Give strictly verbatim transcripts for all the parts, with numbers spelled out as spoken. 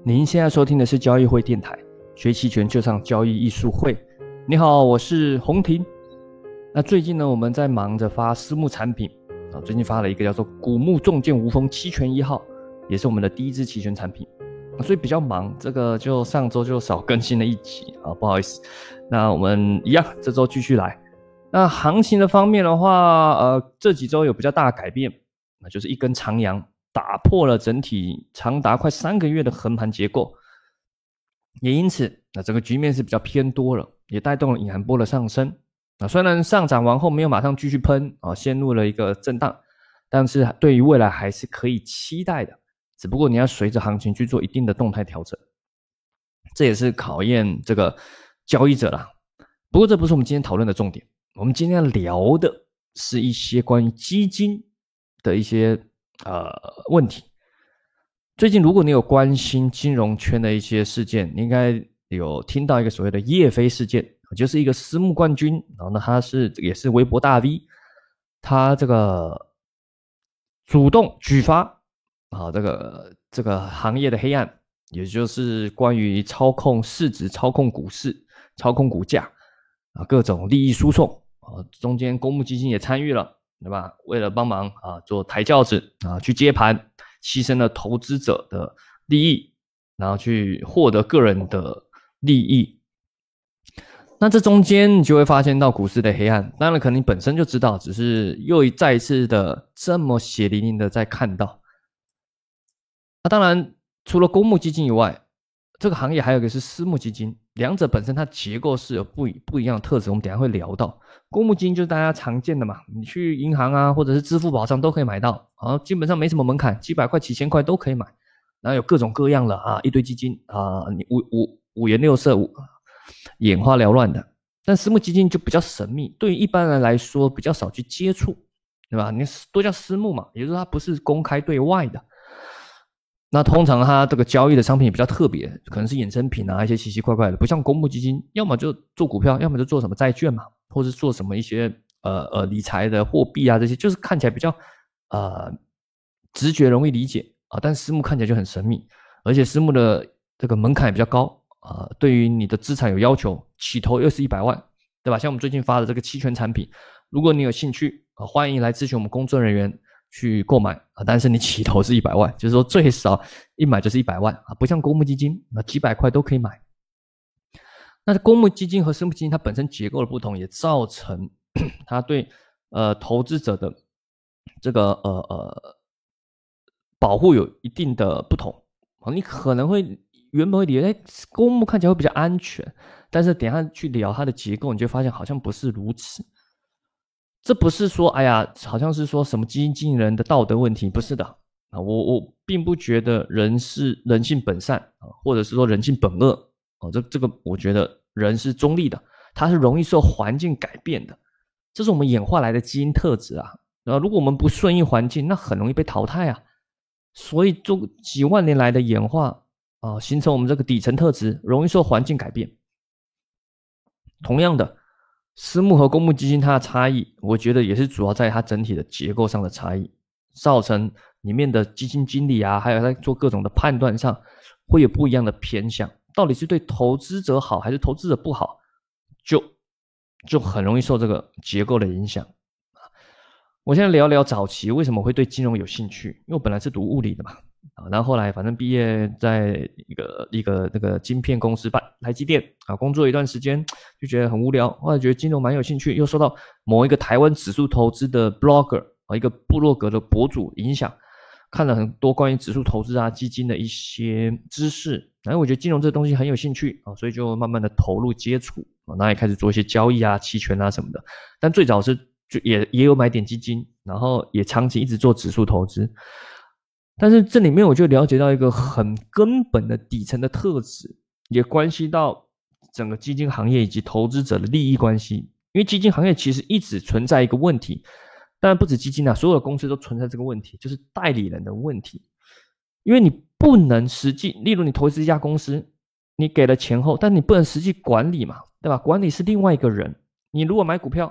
您现在收听的是交易会电台，学期权就上交易艺术会。你好，我是洪婷。那最近呢，我们在忙着发私募产品啊，最近发了一个叫做古木重剑无锋期权一号，也是我们的第一支期权产品，所以比较忙，这个就上周就少更新了一集啊，不好意思。那我们一样，这周继续来。那行情的方面的话，呃，这几周有比较大的改变，那就是一根长阳打破了整体长达快三个月的横盘结构，也因此，那整个局面是比较偏多了，也带动了隐含波的上升。啊，虽然上涨完后没有马上继续喷啊，陷入了一个震荡，但是对于未来还是可以期待的。只不过你要随着行情去做一定的动态调整，这也是考验这个交易者啦。不过这不是我们今天讨论的重点，我们今天要聊的是一些关于基金的一些呃问题。最近如果你有关心金融圈的一些事件，你应该有听到一个所谓的叶飞事件，就是一个私募冠军，然后呢他是也是微博大 V， 他这个主动举发啊这个这个行业的黑暗，也就是关于操控市值、操控股市、操控股价啊各种利益输送啊，中间公募基金也参与了，对吧？为了帮忙啊做抬轿子啊去接盘，牺牲了投资者的利益，然后去获得个人的利益。那这中间你就会发现到股市的黑暗，当然可能你本身就知道，只是又再一次的这么血淋淋的在看到。那当然除了公募基金以外，这个行业还有一个是私募基金，两者本身它结构是有不一不一样的特质，我们等一下会聊到。公募基金就是大家常见的嘛，你去银行啊或者是支付宝上都可以买到，啊，基本上没什么门槛，几百块几千块都可以买，然后有各种各样的啊一堆基金啊，你五五五颜六色，五眼花缭乱的。但私募基金就比较神秘，对于一般人来说比较少去接触，对吧？你都叫私募嘛，也就是说它不是公开对外的。那通常它这个交易的商品也比较特别，可能是衍生品啊，一些奇奇怪怪的，不像公募基金，要么就做股票，要么就做什么债券嘛，或是做什么一些呃呃理财的货币啊，这些就是看起来比较呃直觉容易理解啊，但私募看起来就很神秘，而且私募的这个门槛也比较高啊，对于你的资产有要求，起头又是一百万，对吧？像我们最近发的这个期权产品，如果你有兴趣啊，欢迎来咨询我们工作人员去购买啊，但是你起头是一百万，就是说最少一买就是一百万啊，不像公募基金啊，几百块都可以买。那公募基金和私募基金它本身结构的不同，也造成它对呃投资者的这个呃呃保护有一定的不同。你可能会原本会以为哎公募看起来会比较安全，但是等一下去聊它的结构，你就发现好像不是如此。这不是说哎呀好像是说什么基金经理人的道德问题，不是的啊，我我并不觉得人是人性本善啊，或者是说人性本恶啊，这这个我觉得人是中立的，它是容易受环境改变的，这是我们演化来的基因特质啊。然后如果我们不顺应环境，那很容易被淘汰啊。所以这几万年来的演化啊，形成我们这个底层特质，容易受环境改变。同样的，私募和公募基金它的差异，我觉得也是主要在它整体的结构上的差异，造成里面的基金经理啊，还有在做各种的判断上会有不一样的偏向，到底是对投资者好还是投资者不好，就就很容易受这个结构的影响。我现在聊聊早期为什么会对金融有兴趣，因为我本来是读物理的嘛，啊，然后后来反正毕业在一个一个那个晶片公司办台积电啊，工作一段时间就觉得很无聊，后来觉得金融蛮有兴趣，又受到某一个台湾指数投资的 blogger 啊，一个部落格的博主影响，看了很多关于指数投资啊、基金的一些知识，然后我觉得金融这个东西很有兴趣啊，所以就慢慢的投入接触啊，那也开始做一些交易啊、期权啊什么的，但最早是就也也有买点基金，然后也长期一直做指数投资。但是这里面我就了解到一个很根本的底层的特质，也关系到整个基金行业以及投资者的利益关系。因为基金行业其实一直存在一个问题，当然不止基金啊，所有的公司都存在这个问题，就是代理人的问题。因为你不能实际，例如你投资一家公司，你给了钱后，但你不能实际管理嘛，对吧？管理是另外一个人。你如果买股票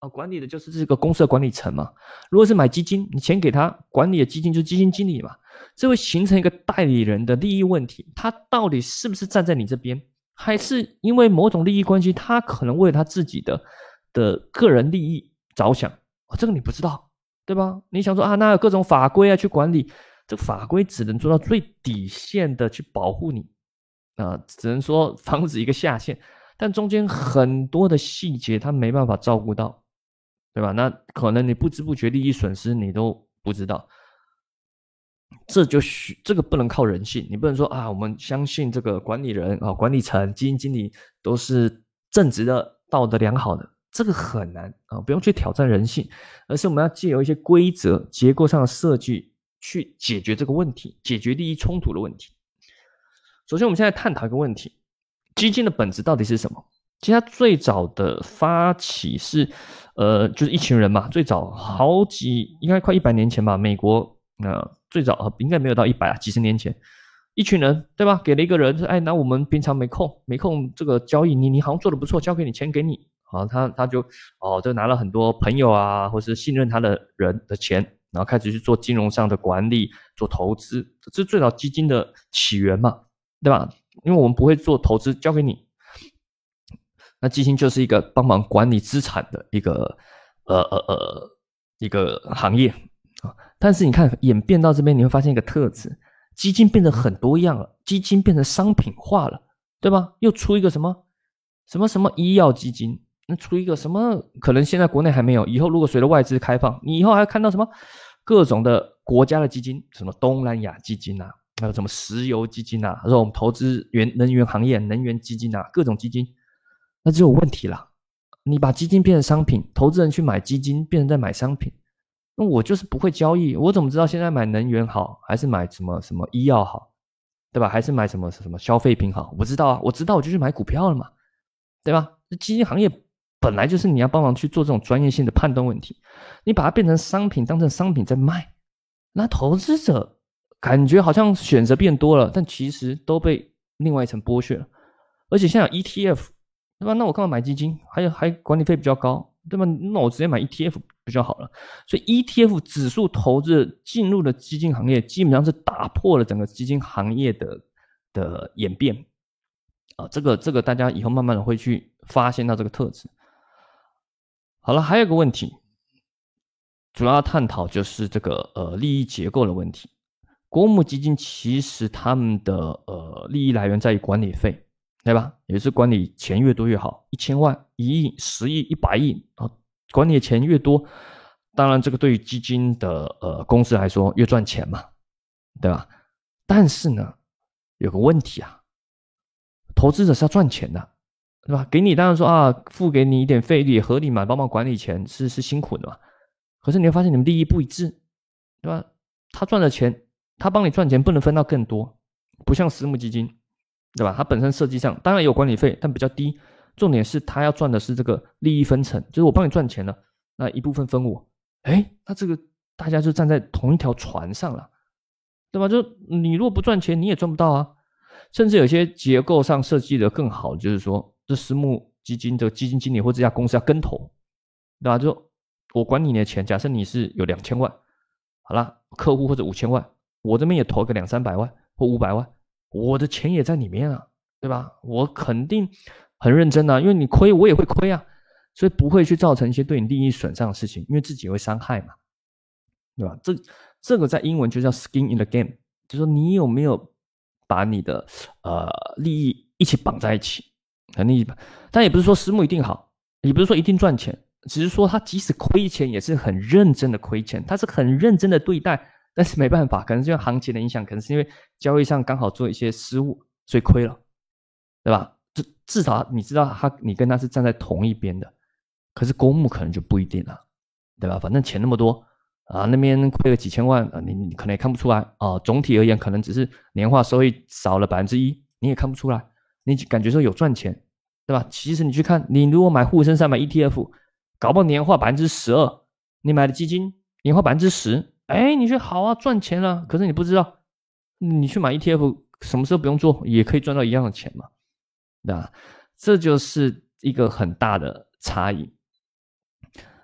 啊，管理的就是这个公司的管理层嘛。如果是买基金，你钱给他管理的基金就是基金经理嘛，这会形成一个代理人的利益问题，他到底是不是站在你这边，还是因为某种利益关系，他可能为了他自己的的个人利益着想，哦，这个你不知道，对吧？你想说啊，那有各种法规啊去管理，这个法规只能做到最底线的去保护你，啊、呃，只能说防止一个下限，但中间很多的细节他没办法照顾到，对吧？那可能你不知不觉利益损失你都不知道，这就需这个不能靠人性，你不能说啊，我们相信这个管理人啊、管理层、基金经理都是正直的、道德良好的，这个很难啊，不用去挑战人性，而是我们要借由一些规则、结构上的设计去解决这个问题，解决利益冲突的问题。首先，我们现在探讨一个问题：基金的本质到底是什么？其实它最早的发起是，呃，就是一群人嘛，最早好几应该快一百年前吧，美国呃最早、呃、应该没有到一百啊，几十年前，一群人对吧？给了一个人，哎，那我们平常没空，没空这个交易，你你好像做的不错，交给你钱给你，好，他他就哦就拿了很多朋友啊，或是信任他的人的钱，然后开始去做金融上的管理，做投资，这是最早基金的起源嘛，对吧？因为我们不会做投资，交给你。那基金就是一个帮忙管理资产的一个呃呃呃一个行业啊。但是你看演变到这边，你会发现一个特质：基金变得很多样了，基金变成商品化了，对吧？又出一个什么什么什么医药基金，那出一个什么？可能现在国内还没有，以后如果随着外资开放，你以后还看到什么各种的国家的基金，什么东南亚基金啊，还有什么石油基金啊，还有我们投资源能源行业能源基金啊，各种基金。那就有问题了，你把基金变成商品，投资人去买基金变成在买商品，那我就是不会交易，我怎么知道现在买能源好还是买什么什么医药好，对吧？还是买什么什么消费品好？我不知道啊，我知道我就去买股票了嘛，对吧？基金行业本来就是你要帮忙去做这种专业性的判断问题，你把它变成商品，当成商品在卖，那投资者感觉好像选择变多了，但其实都被另外一层剥削了，而且现在有 E T F。对吧？那我干嘛买基金？还有还管理费比较高，对吧？那我直接买 E T F 比较好了。所以 E T F 指数投资进入了基金行业，基本上是打破了整个基金行业的的演变啊。这个这个大家以后慢慢的会去发现到这个特质。好了，还有一个问题，主要探讨就是这个呃利益结构的问题。公募基金其实他们的呃利益来源在于管理费。对吧？也是管理钱越多越好，一千万、一亿、十亿、一百亿啊，管理的钱越多，当然这个对于基金的呃公司来说越赚钱嘛，对吧？但是呢，有个问题啊，投资者是要赚钱的，对吧？给你当然说啊，付给你一点费率也合理嘛，帮忙管理钱是是辛苦的嘛。可是你会发现你们利益不一致，对吧？他赚的钱，他帮你赚钱不能分到更多，不像私募基金。对吧？它本身设计上当然有管理费，但比较低。重点是它要赚的是这个利益分成，就是我帮你赚钱了，那一部分分我。哎，那这个大家就站在同一条船上了，对吧？就你如果不赚钱，你也赚不到啊。甚至有些结构上设计的更好，就是说这私募基金的基金经理或这家公司要跟投，对吧？就我管你的钱，假设你是有两千万，好啦，客户或者五千万，我这边也投个两三百万或五百万。我的钱也在里面啊，对吧？我肯定很认真啊，因为你亏我也会亏啊，所以不会去造成一些对你利益损伤的事情，因为自己也会伤害嘛，对吧？这这个在英文就叫 skin in the game， 就是说你有没有把你的呃利益一起绑在一起，利益，但也不是说私募一定好，也不是说一定赚钱，只是说他即使亏钱也是很认真的亏钱，他是很认真的对待。但是没办法，可能是因为行情的影响，可能是因为交易上刚好做一些失误，所以亏了，对吧？就至少你知道他，你跟他是站在同一边的。可是公募可能就不一定了，对吧？反正钱那么多啊，那边亏了几千万啊，你你可能也看不出来啊。总体而言，可能只是年化收益少了百分之一，你也看不出来，你感觉说有赚钱，对吧？其实你去看，你如果买沪深三百 E T F， 搞不好年化百分之十二，你买的基金年化百分之十。哎，你觉得好啊，赚钱了，可是你不知道，你去买 E T F， 什么时候不用做，也可以赚到一样的钱嘛，对吧？这就是一个很大的差异。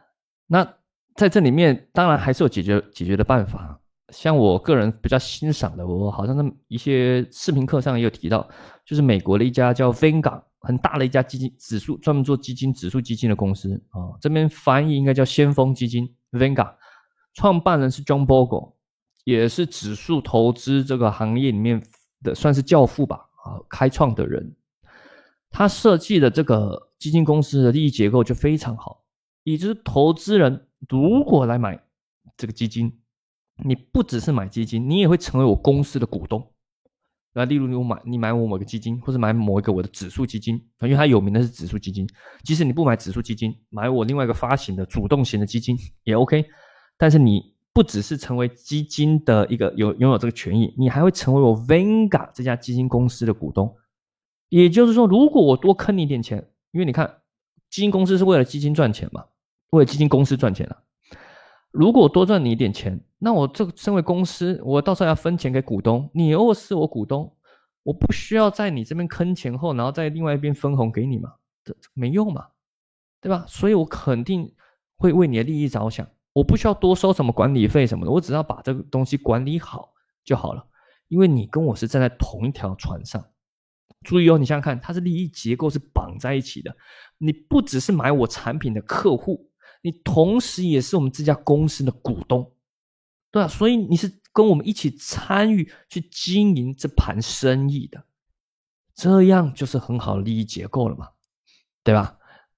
那在这里面当然还是有解决解决的办法，像我个人比较欣赏的，我好像在一些视频课上也有提到，就是美国的一家叫 Vanguard 很大的一家基金指数，专门做基金指数基金的公司啊、哦，这边翻译应该叫先锋基金 Vanguard， 创办人是 John Bogle， 也是指数投资这个行业里面的算是教父吧啊，开创的人。他设计的这个基金公司的利益结构就非常好，也就是投资人如果来买这个基金，你不只是买基金，你也会成为我公司的股东。那例如你买你买我某个基金，或者买某一个我的指数基金，因为它有名的是指数基金，即使你不买指数基金，买我另外一个发行的主动型的基金也 OK， 但是你不只是成为基金的一个有拥有这个权益，你还会成为我 Vanguard 这家基金公司的股东。也就是说，如果我多坑你一点钱，因为你看基金公司是为了基金赚钱嘛，为了基金公司赚钱啊。如果我多赚你一点钱，那我这个身为公司，我到时候要分钱给股东，你又是我股东，我不需要在你这边坑钱后，然后在另外一边分红给你嘛，这没用嘛，对吧？所以我肯定会为你的利益着想，我不需要多收什么管理费什么的，我只要把这个东西管理好就好了，因为你跟我是站在同一条船上。注意哦，你想想看，它是利益结构是绑在一起的，你不只是买我产品的客户，你同时也是我们这家公司的股东，对啊，所以你是跟我们一起参与去经营这盘生意的，这样就是很好的利益结构了嘛，对吧？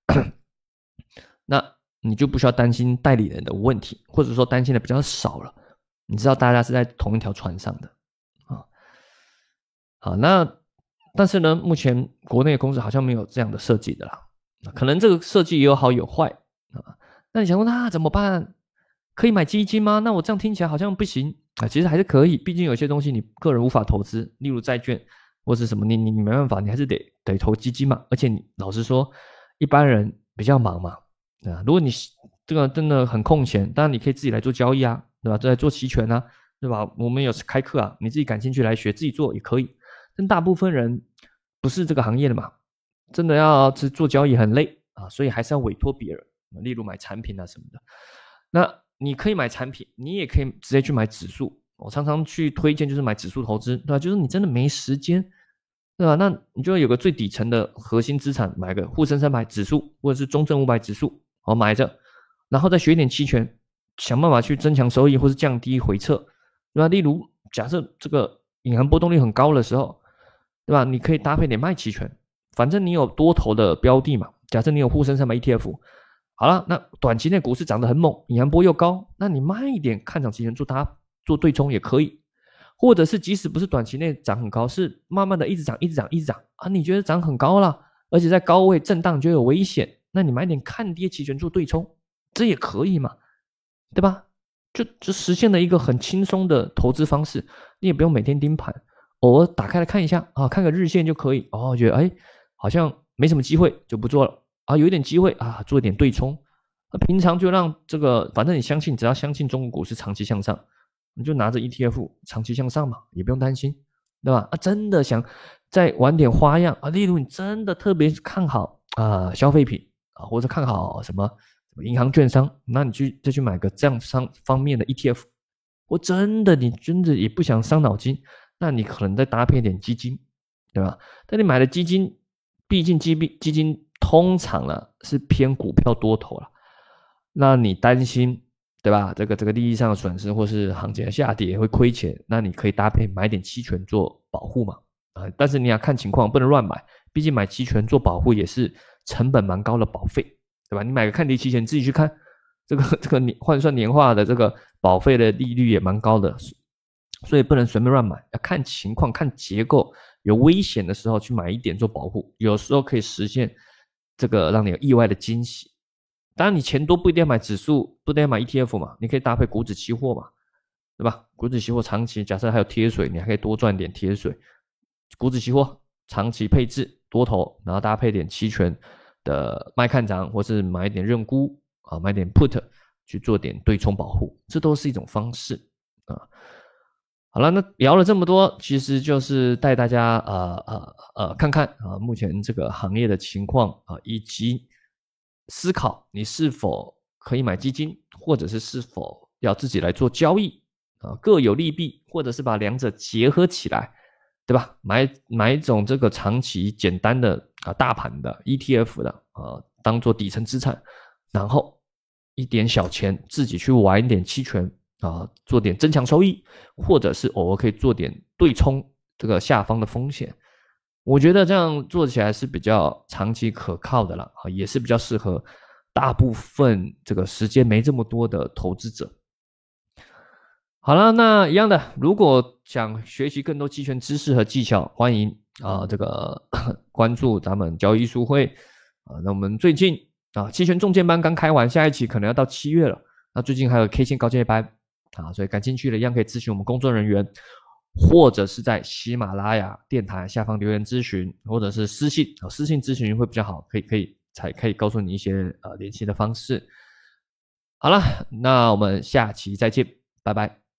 那你就不需要担心代理人的问题，或者说担心的比较少了，你知道大家是在同一条船上的啊。好，那但是呢，目前国内的公司好像没有这样的设计的啦，可能这个设计也有好有坏啊。那你想说那怎么办？可以买基金吗？那我这样听起来好像不行啊，其实还是可以，毕竟有些东西你个人无法投资，例如债券或是什么，你你你没办法，你还是得得投基金嘛。而且你老实说，一般人比较忙嘛，啊，如果你这个真的很空闲，当然你可以自己来做交易啊，对吧？再来做期权啊，对吧？我们有开课啊，你自己感兴趣来学，自己做也可以。但大部分人不是这个行业的嘛，真的要是做交易很累啊，所以还是要委托别人，例如买产品啊什么的。那你可以买产品，你也可以直接去买指数。我常常去推荐就是买指数投资，对吧？就是你真的没时间，对吧？那你就有个最底层的核心资产，买个沪深三百指数或者是中证五百指数，好买着，然后再学一点期权，想办法去增强收益或是降低回撤，对吧？例如假设这个隐含波动率很高的时候，对吧？你可以搭配点卖期权，反正你有多头的标的嘛。假设你有沪深三百 E T F， 好了，那短期内股市涨得很猛，隐含波又高，那你卖一点看涨期权做它做对冲也可以，或者是即使不是短期内涨很高，是慢慢的一直涨一直涨一直涨啊，你觉得涨很高了，而且在高位震荡就有危险，那你买点看跌期权做对冲，这也可以嘛，对吧？就就实现了一个很轻松的投资方式，你也不用每天盯盘，偶尔打开来看一下啊，看个日线就可以哦，觉得哎好像没什么机会就不做了啊，有一点机会啊，做一点对冲。那平常就让这个，反正你相信，只要相信中国股市长期向上，你就拿着 E T F 长期向上嘛，也不用担心，对吧？啊，真的想再玩点花样啊，例如你真的特别看好啊消费品啊，或者看好什么银行券商，那你去再去买个这样商方面的 E T F。或真的你真的也不想伤脑筋，那你可能再搭配点基金，对吧？但你买的基金，毕竟基基金通常呢是偏股票多头了，那你担心对吧？这个这个利益上的损失或是行情的下跌会亏钱，那你可以搭配买点期权做保护嘛，啊，但是你要看情况，不能乱买，毕竟买期权做保护也是成本蛮高的保费，对吧？你买个看跌期权，自己去看。这个这个年换算年化的这个保费的利率也蛮高的，所以不能随便乱买，要看情况、看结构，有危险的时候去买一点做保护，有时候可以实现这个让你有意外的惊喜。当然，你钱多不一定要买指数，不一定要买 E T F 嘛，你可以搭配股指期货嘛，对吧？股指期货长期假设还有贴水，你还可以多赚点贴水。股指期货长期配置多头，然后搭配点期权的卖看涨，或是买一点认沽。啊，买点 put 去做点对冲保护，这都是一种方式啊。好了，那聊了这么多，其实就是带大家呃呃呃看看啊，目前这个行业的情况啊，以及思考你是否可以买基金，或者是是否要自己来做交易啊，各有利弊，或者是把两者结合起来，对吧？买买一种这个长期简单的啊大盘的 E T F 的啊，当做底层资产，然后一点小钱自己去玩一点期权啊，做点增强收益，或者是偶尔可以做点对冲这个下方的风险。我觉得这样做起来是比较长期可靠的啦，也是比较适合大部分这个时间没这么多的投资者。好了，那一样的，如果想学习更多期权知识和技巧，欢迎啊、呃、这个关注咱们交易艺术会啊。那我们最近啊期权重剑班刚开完，下一期可能要到七月了。那最近还有 K 线高阶班啊，所以感兴趣的一样可以咨询我们工作人员，或者是在喜马拉雅电台下方留言咨询，或者是私信啊，私信咨询会比较好，可以可以才可以告诉你一些呃联系的方式。好了，那我们下期再见，拜拜。